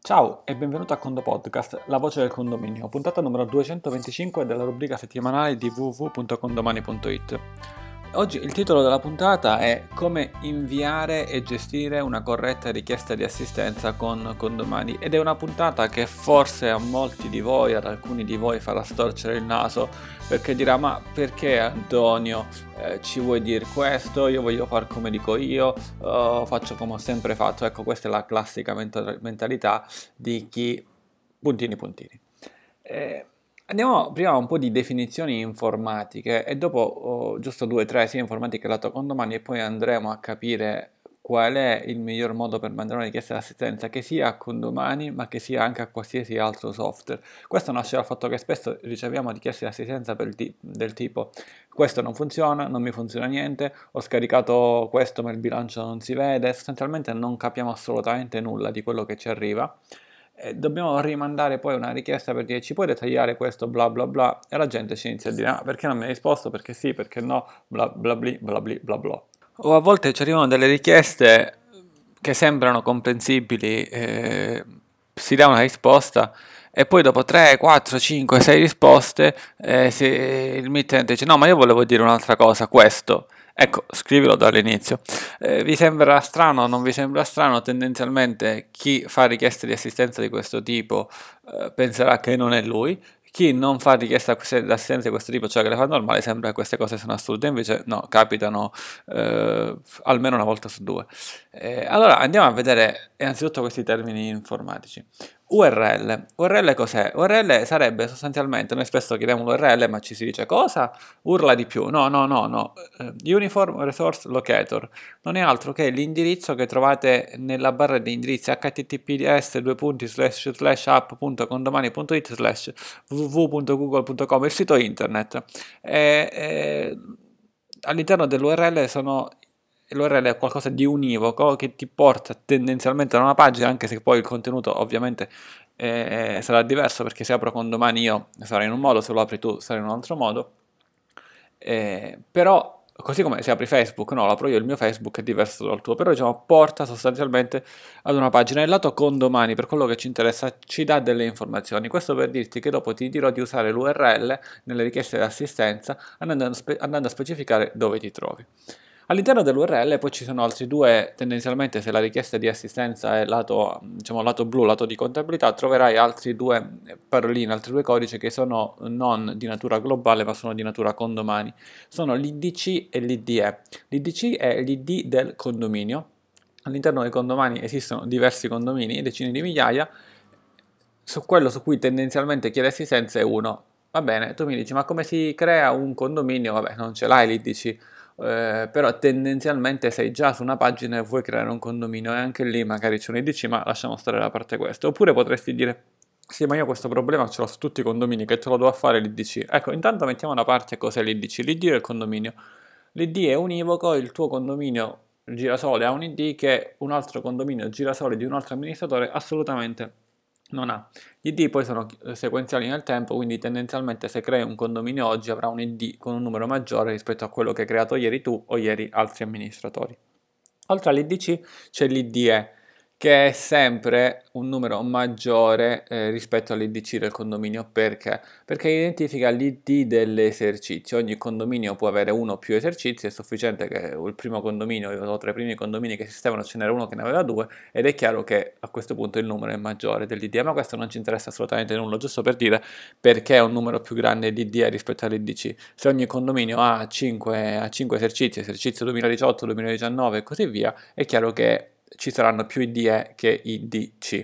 Ciao e benvenuto a Condo Podcast, la voce del condominio, puntata numero 225 della rubrica settimanale di www.condomani.it. Oggi il titolo della puntata è Come inviare e gestire una corretta richiesta di assistenza con Condomani ed è una puntata che forse a molti di voi, ad alcuni di voi farà storcere il naso perché dirà ma perché Antonio ci vuoi dire questo, io voglio fare come dico io, faccio come ho sempre fatto. Ecco, questa è la classica mentalità di chi puntini puntini. Andiamo prima a un po' di definizioni informatiche e dopo giusto due o tre sia informatiche lato condomani e poi andremo a capire qual è il miglior modo per mandare una richiesta di assistenza che sia a condomani ma che sia anche a qualsiasi altro software. Questo nasce dal fatto che spesso riceviamo richieste di assistenza del tipo questo non funziona, non mi funziona niente, ho scaricato questo ma il bilancio non si vede, sostanzialmente non capiamo assolutamente nulla di quello che ci arriva. Dobbiamo rimandare poi una richiesta per dire ci puoi dettagliare questo bla bla bla e la gente ci inizia a dire ah, perché non mi hai risposto, perché sì, perché no, bla bla bla bla bla bla bla. O a volte ci arrivano delle richieste che sembrano comprensibili, si dà una risposta e poi dopo 3, 4, 5, 6 risposte il mittente dice no ma io volevo dire un'altra cosa, questo. Ecco, scrivilo dall'inizio. Vi sembra strano o non vi sembra strano? Tendenzialmente chi fa richieste di assistenza di questo tipo penserà che non è lui. Chi non fa richiesta di assistenza di questo tipo, cioè che le fa normale, sembra che queste cose siano assurde, invece no, capitano almeno una volta su due. Allora andiamo a vedere innanzitutto questi termini informatici. URL. URL cos'è? URL sarebbe sostanzialmente, noi spesso chiediamo l'URL ma ci si dice cosa? Urla di più. No, no, no, no. Uniform Resource Locator non è altro che l'indirizzo che trovate nella barra di indirizzi https://app.condomani.it www.google.com, il sito internet. All'interno dell'URL l'URL è qualcosa di univoco che ti porta tendenzialmente a una pagina, anche se poi il contenuto ovviamente sarà diverso, perché se apro Condomani io sarà in un modo, se lo apri tu sarà in un altro modo. Però così come se apri Facebook, no, lo apro io, il mio Facebook è diverso dal tuo, però diciamo porta sostanzialmente ad una pagina. Il lato condomani, per quello che ci interessa, ci dà delle informazioni. Questo per dirti che dopo ti dirò di usare l'URL nelle richieste di assistenza andando a specificare dove ti trovi. All'interno dell'URL poi ci sono altri due, tendenzialmente se la richiesta di assistenza è lato, diciamo, lato blu, lato di contabilità, troverai altri due paroline, altri due codici che sono non di natura globale ma sono di natura condomani. Sono l'IDC e l'IDE. L'IDC è l'ID del condominio. All'interno dei condomini esistono diversi condomini, decine di migliaia, su quello su cui tendenzialmente chiede assistenza è uno. Va bene, tu mi dici, ma come si crea un condominio? Vabbè, non ce l'hai l'IDC, però tendenzialmente sei già su una pagina e vuoi creare un condominio e anche lì magari c'è un IDC, ma lasciamo stare da parte questo. Oppure potresti dire, sì, ma io questo problema ce l'ho su tutti i condomini, che te lo devo fare l'IDC? Ecco, intanto mettiamo da parte cos'è l'IDC. L'ID è il condominio. L'ID è univoco, il tuo condominio girasole ha un ID che un altro condominio girasole di un altro amministratore assolutamente non ha. Gli ID poi sono sequenziali nel tempo, quindi tendenzialmente se crei un condominio oggi avrà un ID con un numero maggiore rispetto a quello che hai creato ieri tu o ieri altri amministratori. Oltre all'IDC c'è l'IDE, che è sempre un numero maggiore rispetto all'IDC del condominio. Perché? Perché identifica l'ID dell'esercizio. Ogni condominio può avere uno o più esercizi, è sufficiente che il primo condominio o tra i primi condomini che esistevano ce n'era uno che ne aveva due, ed è chiaro che a questo punto il numero è maggiore dell'ID, ma questo non ci interessa assolutamente nulla, giusto per dire perché è un numero più grande l'ID rispetto all'IDC. Se ogni condominio ha 5 esercizi, esercizio 2018, 2019 e così via, è chiaro che ci saranno più IDE che IDC.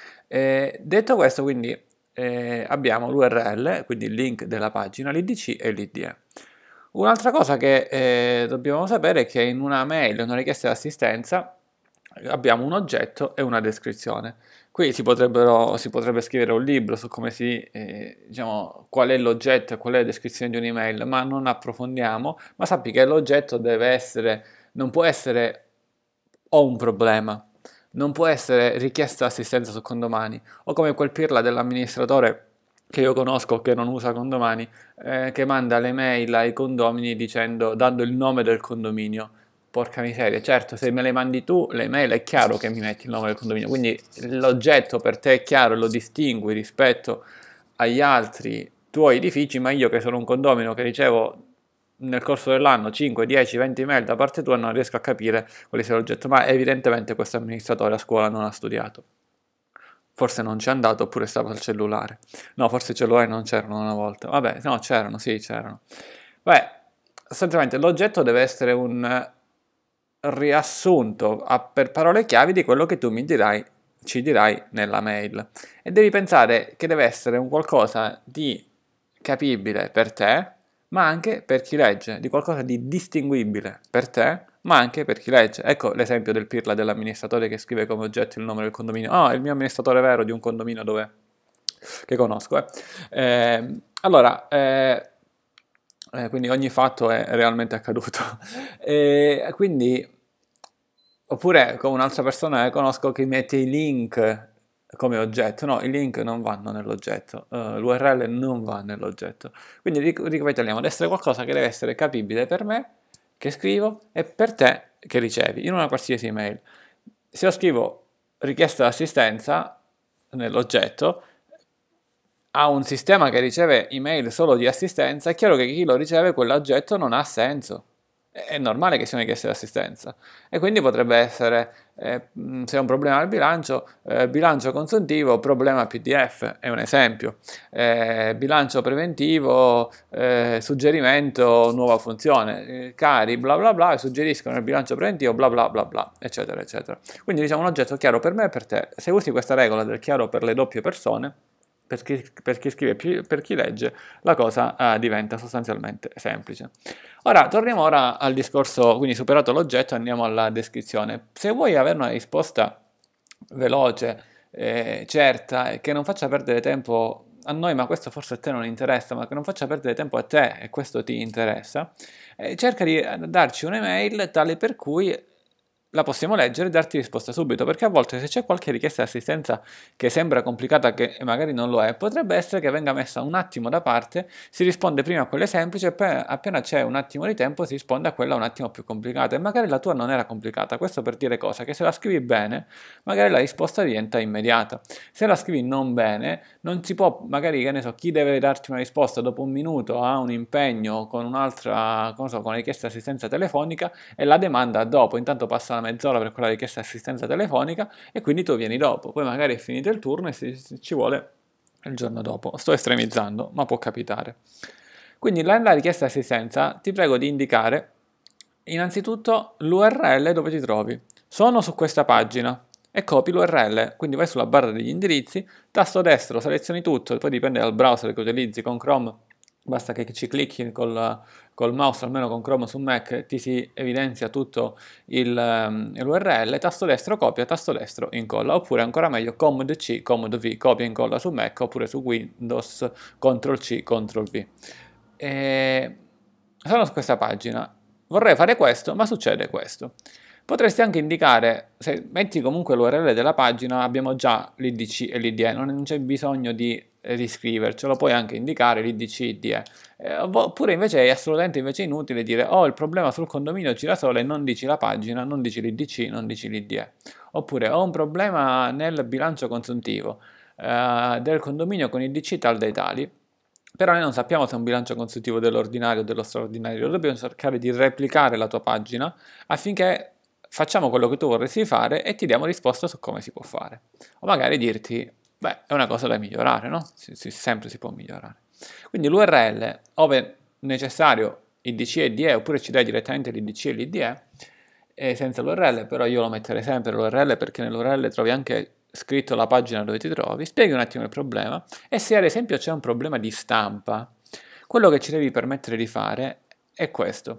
Detto questo, quindi abbiamo l'URL, quindi il link della pagina, l'IDC e l'IDE. Un'altra cosa che dobbiamo sapere è che in una mail, una richiesta di assistenza, abbiamo un oggetto e una descrizione. Qui si potrebbe scrivere un libro su come diciamo, qual è l'oggetto e qual è la descrizione di un'email, ma non approfondiamo, ma sappi che l'oggetto non può essere ho un problema, non può essere richiesta assistenza su condomani, o come quel pirla dell'amministratore che io conosco che non usa condomani, che manda le mail ai condomini dando il nome del condominio. porca miseria, certo, se me le mandi tu, le mail è chiaro che mi metti il nome del condominio, quindi l'oggetto per te è chiaro, lo distingui rispetto agli altri tuoi edifici, ma io che sono un condomino che ricevo nel corso dell'anno 5, 10, 20 mail da parte tua non riesco a capire quale sia l'oggetto, ma evidentemente questo amministratore a scuola non ha studiato. Forse non ci è andato oppure stava al cellulare. No, forse i cellulari non c'erano una volta. Vabbè, no, c'erano, sì, c'erano. Beh, sostanzialmente l'oggetto deve essere un riassunto per parole chiavi di quello che tu ci dirai nella mail. E devi pensare che deve essere un qualcosa di capibile per te, ma anche per chi legge, di qualcosa di distinguibile per te, ma anche per chi legge. Ecco l'esempio del pirla dell'amministratore che scrive come oggetto il nome del condominio. Ah, è il mio amministratore vero di un condominio che conosco. Allora, quindi ogni fatto è realmente accaduto. Quindi, oppure con un'altra persona che conosco che mette i link come oggetto. No, i link non vanno nell'oggetto, l'URL non va nell'oggetto. Quindi ricapitoliamo, deve essere qualcosa che deve essere capibile per me, che scrivo, e per te, che ricevi, in una qualsiasi email. Se io scrivo richiesta d'assistenza nell'oggetto, a un sistema che riceve email solo di assistenza, è chiaro che chi lo riceve quell'oggetto non ha senso. È normale che sia una richiesta di assistenza. E quindi potrebbe essere, se è un problema al bilancio, bilancio consuntivo, problema PDF, è un esempio. Bilancio preventivo, suggerimento, nuova funzione. Cari, bla bla bla, suggeriscono il bilancio preventivo, bla bla bla bla, eccetera, eccetera. Quindi diciamo un oggetto chiaro per me e per te. Se usi questa regola del chiaro per le doppie persone, per chi scrive, per chi legge, la cosa diventa sostanzialmente semplice. Torniamo al discorso, quindi superato l'oggetto, andiamo alla descrizione. Se vuoi avere una risposta veloce, certa e che non faccia perdere tempo a noi, ma questo forse a te non interessa, ma che non faccia perdere tempo a te e questo ti interessa, cerca di darci un'email tale per cui la possiamo leggere e darti risposta subito, perché a volte se c'è qualche richiesta di assistenza che sembra complicata che magari non lo è, potrebbe essere che venga messa un attimo da parte, si risponde prima a quelle semplici e poi appena c'è un attimo di tempo si risponde a quella un attimo più complicata e magari la tua non era complicata. Questo per dire cosa? Che se la scrivi bene, magari la risposta diventa immediata. Se la scrivi non bene, non si può, magari, che ne so, chi deve darti una risposta dopo un minuto ha un impegno con un'altra, non so, con una richiesta di assistenza telefonica e la demanda dopo, intanto passa mezz'ora per quella richiesta di assistenza telefonica e quindi tu vieni dopo, poi magari è finito il turno e ci vuole il giorno dopo. Sto estremizzando, ma può capitare. Quindi nella richiesta di assistenza ti prego di indicare innanzitutto l'URL dove ti trovi. Sono su questa pagina e copi l'URL, quindi vai sulla barra degli indirizzi, tasto destro, selezioni tutto, poi dipende dal browser che utilizzi, con Chrome basta che ci clicchi col mouse, almeno con Chrome su Mac, ti si evidenzia tutto l'URL, tasto destro copia, tasto destro incolla, oppure ancora meglio Command C, Command V, copia e incolla su Mac, oppure su Windows Ctrl C, Ctrl V. Sono su questa pagina, vorrei fare questo, ma succede questo. Potresti anche indicare, se metti comunque l'URL della pagina, abbiamo già l'IDC e l'IDE, non c'è bisogno di riscrivercelo, puoi anche indicare l'IDC e l'IDE. Oppure invece è assolutamente inutile dire il problema sul condominio girasole e non dici la pagina, non dici l'IDC, non dici l'IDE. Oppure ho un problema nel bilancio consuntivo del condominio con IDC tal dei tali. Però noi non sappiamo se è un bilancio consuntivo dell'ordinario o dello straordinario, dobbiamo cercare di replicare la tua pagina affinché facciamo quello che tu vorresti fare e ti diamo risposta su come si può fare. O magari dirti, beh, è una cosa da migliorare, no? Sempre si può migliorare. Quindi l'URL, ove necessario, IDC e IDE, oppure ci dai direttamente l'IDC e l'IDE, senza l'URL, però io lo metterei sempre l'URL perché nell'URL trovi anche scritto la pagina dove ti trovi, spieghi un attimo il problema e se ad esempio c'è un problema di stampa, quello che ci devi permettere di fare è questo.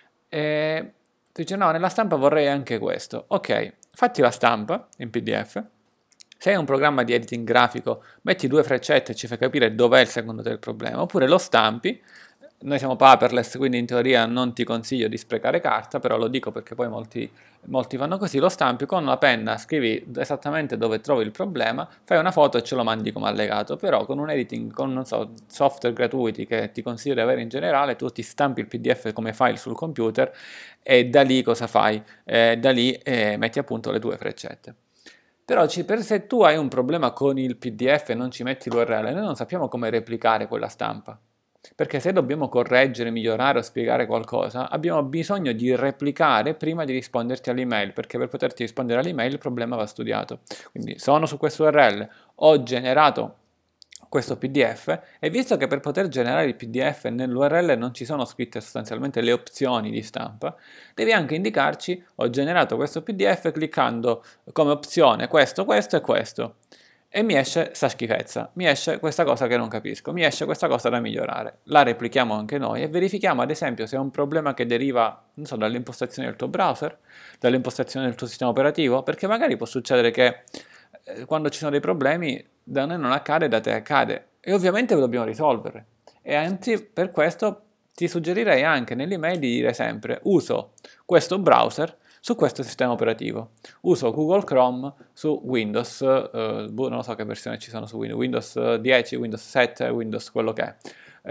Tu dici no, nella stampa vorrei anche questo. Ok, fatti la stampa in PDF. Se hai un programma di editing grafico, metti due freccette e ci fai capire dov'è il secondo del problema, oppure lo stampi, noi siamo paperless, quindi in teoria non ti consiglio di sprecare carta, però lo dico perché poi molti fanno così, lo stampi con la penna, scrivi esattamente dove trovi il problema, fai una foto e ce lo mandi come allegato, però con un editing, con non so, software gratuiti che ti consiglio di avere in generale, tu ti stampi il PDF come file sul computer e da lì cosa fai? Da lì metti appunto le tue freccette. Però se tu hai un problema con il PDF e non ci metti l'URL, noi non sappiamo come replicare quella stampa. Perché se dobbiamo correggere, migliorare o spiegare qualcosa, abbiamo bisogno di replicare prima di risponderti all'email, perché per poterti rispondere all'email il problema va studiato. Quindi sono su questo URL, ho generato questo PDF e visto che per poter generare il PDF nell'URL non ci sono scritte sostanzialmente le opzioni di stampa, devi anche indicarci ho generato questo PDF cliccando come opzione questo, questo e questo. E mi esce sta schifezza, mi esce questa cosa che non capisco, mi esce questa cosa da migliorare. La replichiamo anche noi e verifichiamo ad esempio se è un problema che deriva, non so, dall'impostazione del tuo browser, dall'impostazione del tuo sistema operativo, perché magari può succedere che quando ci sono dei problemi da noi non accade, da te accade e ovviamente lo dobbiamo risolvere. E anzi, per questo ti suggerirei anche nell'email di dire sempre uso questo browser su questo sistema operativo. Uso Google Chrome su Windows, non so che versione ci sono su Windows, Windows 10, Windows 7, Windows quello che è.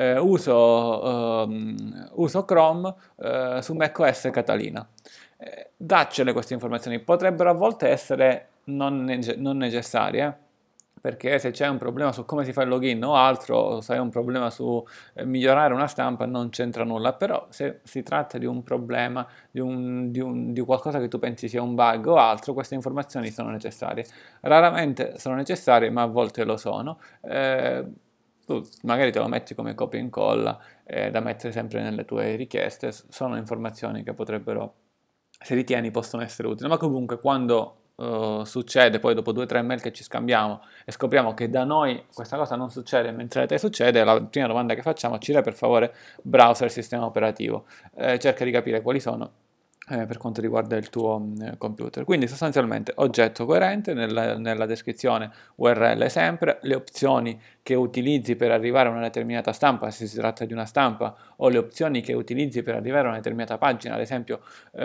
Uso Chrome su macOS Catalina. Daccene queste informazioni, potrebbero a volte essere non necessarie, perché se c'è un problema su come si fa il login o altro, o se hai un problema su migliorare una stampa, non c'entra nulla, però se si tratta di un problema, di qualcosa che tu pensi sia un bug o altro, queste informazioni sono necessarie. Raramente sono necessarie, ma a volte lo sono. Tu magari te lo metti come copia e incolla, da mettere sempre nelle tue richieste, sono informazioni che potrebbero, se ritieni, possono essere utili, ma comunque quando succede poi dopo 2 o 3 mail che ci scambiamo e scopriamo che da noi questa cosa non succede mentre a te succede, la prima domanda che facciamo: ci dai per favore browser sistema operativo, cerca di capire quali sono per quanto riguarda il tuo computer. Quindi sostanzialmente oggetto coerente, nella descrizione URL sempre, le opzioni che utilizzi per arrivare a una determinata stampa, se si tratta di una stampa, o le opzioni che utilizzi per arrivare a una determinata pagina, ad esempio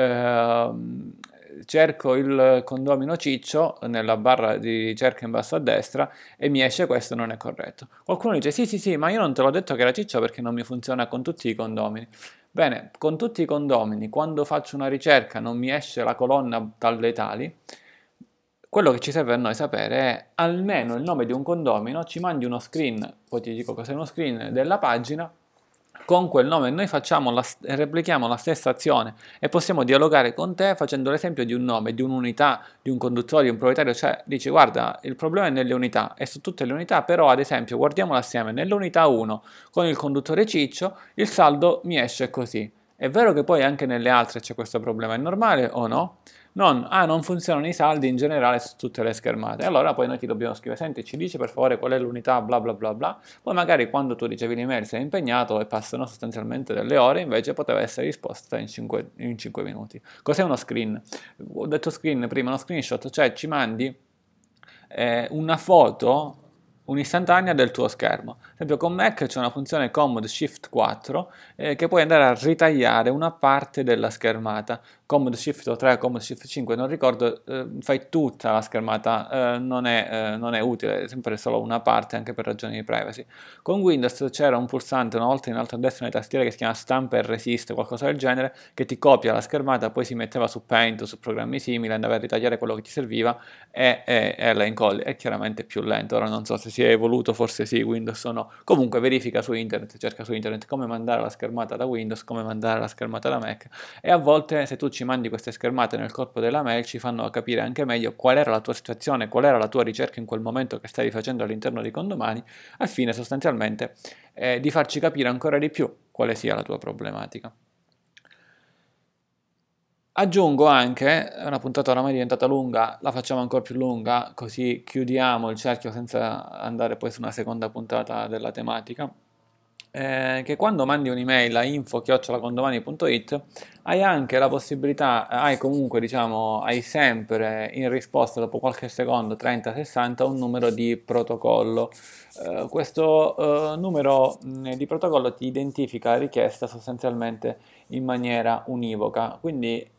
cerco il condomino Ciccio nella barra di ricerca in basso a destra e mi esce questo, non è corretto. Qualcuno dice sì sì sì, ma io non te l'ho detto che era Ciccio perché non mi funziona con tutti i condomini. Bene, con tutti i condomini, quando faccio una ricerca non mi esce la colonna dalle tali, quello che ci serve a noi sapere è almeno il nome di un condomino, ci mandi uno screen, poi ti dico cos'è uno screen della pagina, con quel nome noi replichiamo la stessa azione e possiamo dialogare con te facendo l'esempio di un nome, di un'unità, di un conduttore, di un proprietario, cioè dici guarda il problema è nelle unità, è su tutte le unità, però ad esempio guardiamolo assieme, nell'unità 1 con il conduttore Ciccio il saldo mi esce così. È vero che poi anche nelle altre c'è questo problema, è normale o no? Non funzionano i saldi in generale su tutte le schermate. Allora poi noi ti dobbiamo scrivere, senti, ci dici per favore qual è l'unità, bla bla bla bla. Poi magari quando tu ricevi l'email sei impegnato e passano sostanzialmente delle ore, invece poteva essere risposta in 5 minuti. Cos'è uno screen? Ho detto screen prima, uno screenshot, cioè ci mandi una foto un'istantanea del tuo schermo. Ad esempio con Mac c'è una funzione Command Shift 4 che puoi andare a ritagliare una parte della schermata. Command Shift 3, Command Shift 5, non ricordo, fai tutta la schermata, non è utile, è sempre solo una parte anche per ragioni di privacy. Con Windows c'era un pulsante una volta in alto a destra nelle tastiere che si chiama Stampa e Resist, qualcosa del genere, che ti copia la schermata, poi si metteva su Paint o su programmi simili, andava a ritagliare quello che ti serviva e la incolli. È chiaramente più lento, ora non so se si è evoluto, forse sì, Windows o no. Comunque verifica su internet, cerca su internet come mandare la schermata da Windows, come mandare la schermata da Mac e a volte se tu ci mandi queste schermate nel corpo della mail ci fanno capire anche meglio qual era la tua situazione, qual era la tua ricerca in quel momento che stavi facendo all'interno di Condomani, al fine sostanzialmente di farci capire ancora di più quale sia la tua problematica. Aggiungo anche, è una puntata oramai diventata lunga, la facciamo ancora più lunga, così chiudiamo il cerchio senza andare poi su una seconda puntata della tematica. che quando mandi un'email a info@condomani.it hai anche la possibilità, hai comunque, diciamo, hai sempre in risposta dopo qualche secondo, 30-60, un numero di protocollo. Questo numero di protocollo ti identifica la richiesta sostanzialmente in maniera univoca. Quindi,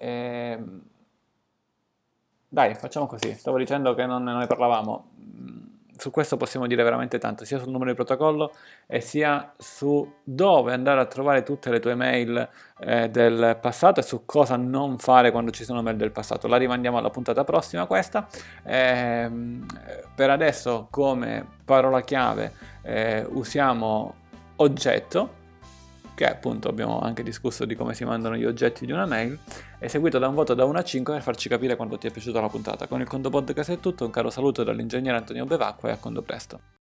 dai, facciamo così. Stavo dicendo che non ne parlavamo. Su questo possiamo dire veramente tanto, sia sul numero di protocollo e sia su dove andare a trovare tutte le tue mail del passato e su cosa non fare quando ci sono mail del passato. La rimandiamo alla puntata prossima questa. Per adesso come parola chiave usiamo oggetto, che appunto abbiamo anche discusso di come si mandano gli oggetti di una mail, è seguito da un voto da 1 a 5 per farci capire quanto ti è piaciuta la puntata. Con il Condo Podcast è tutto, un caro saluto dall'ingegnere Antonio Bevacqua e a Condo presto.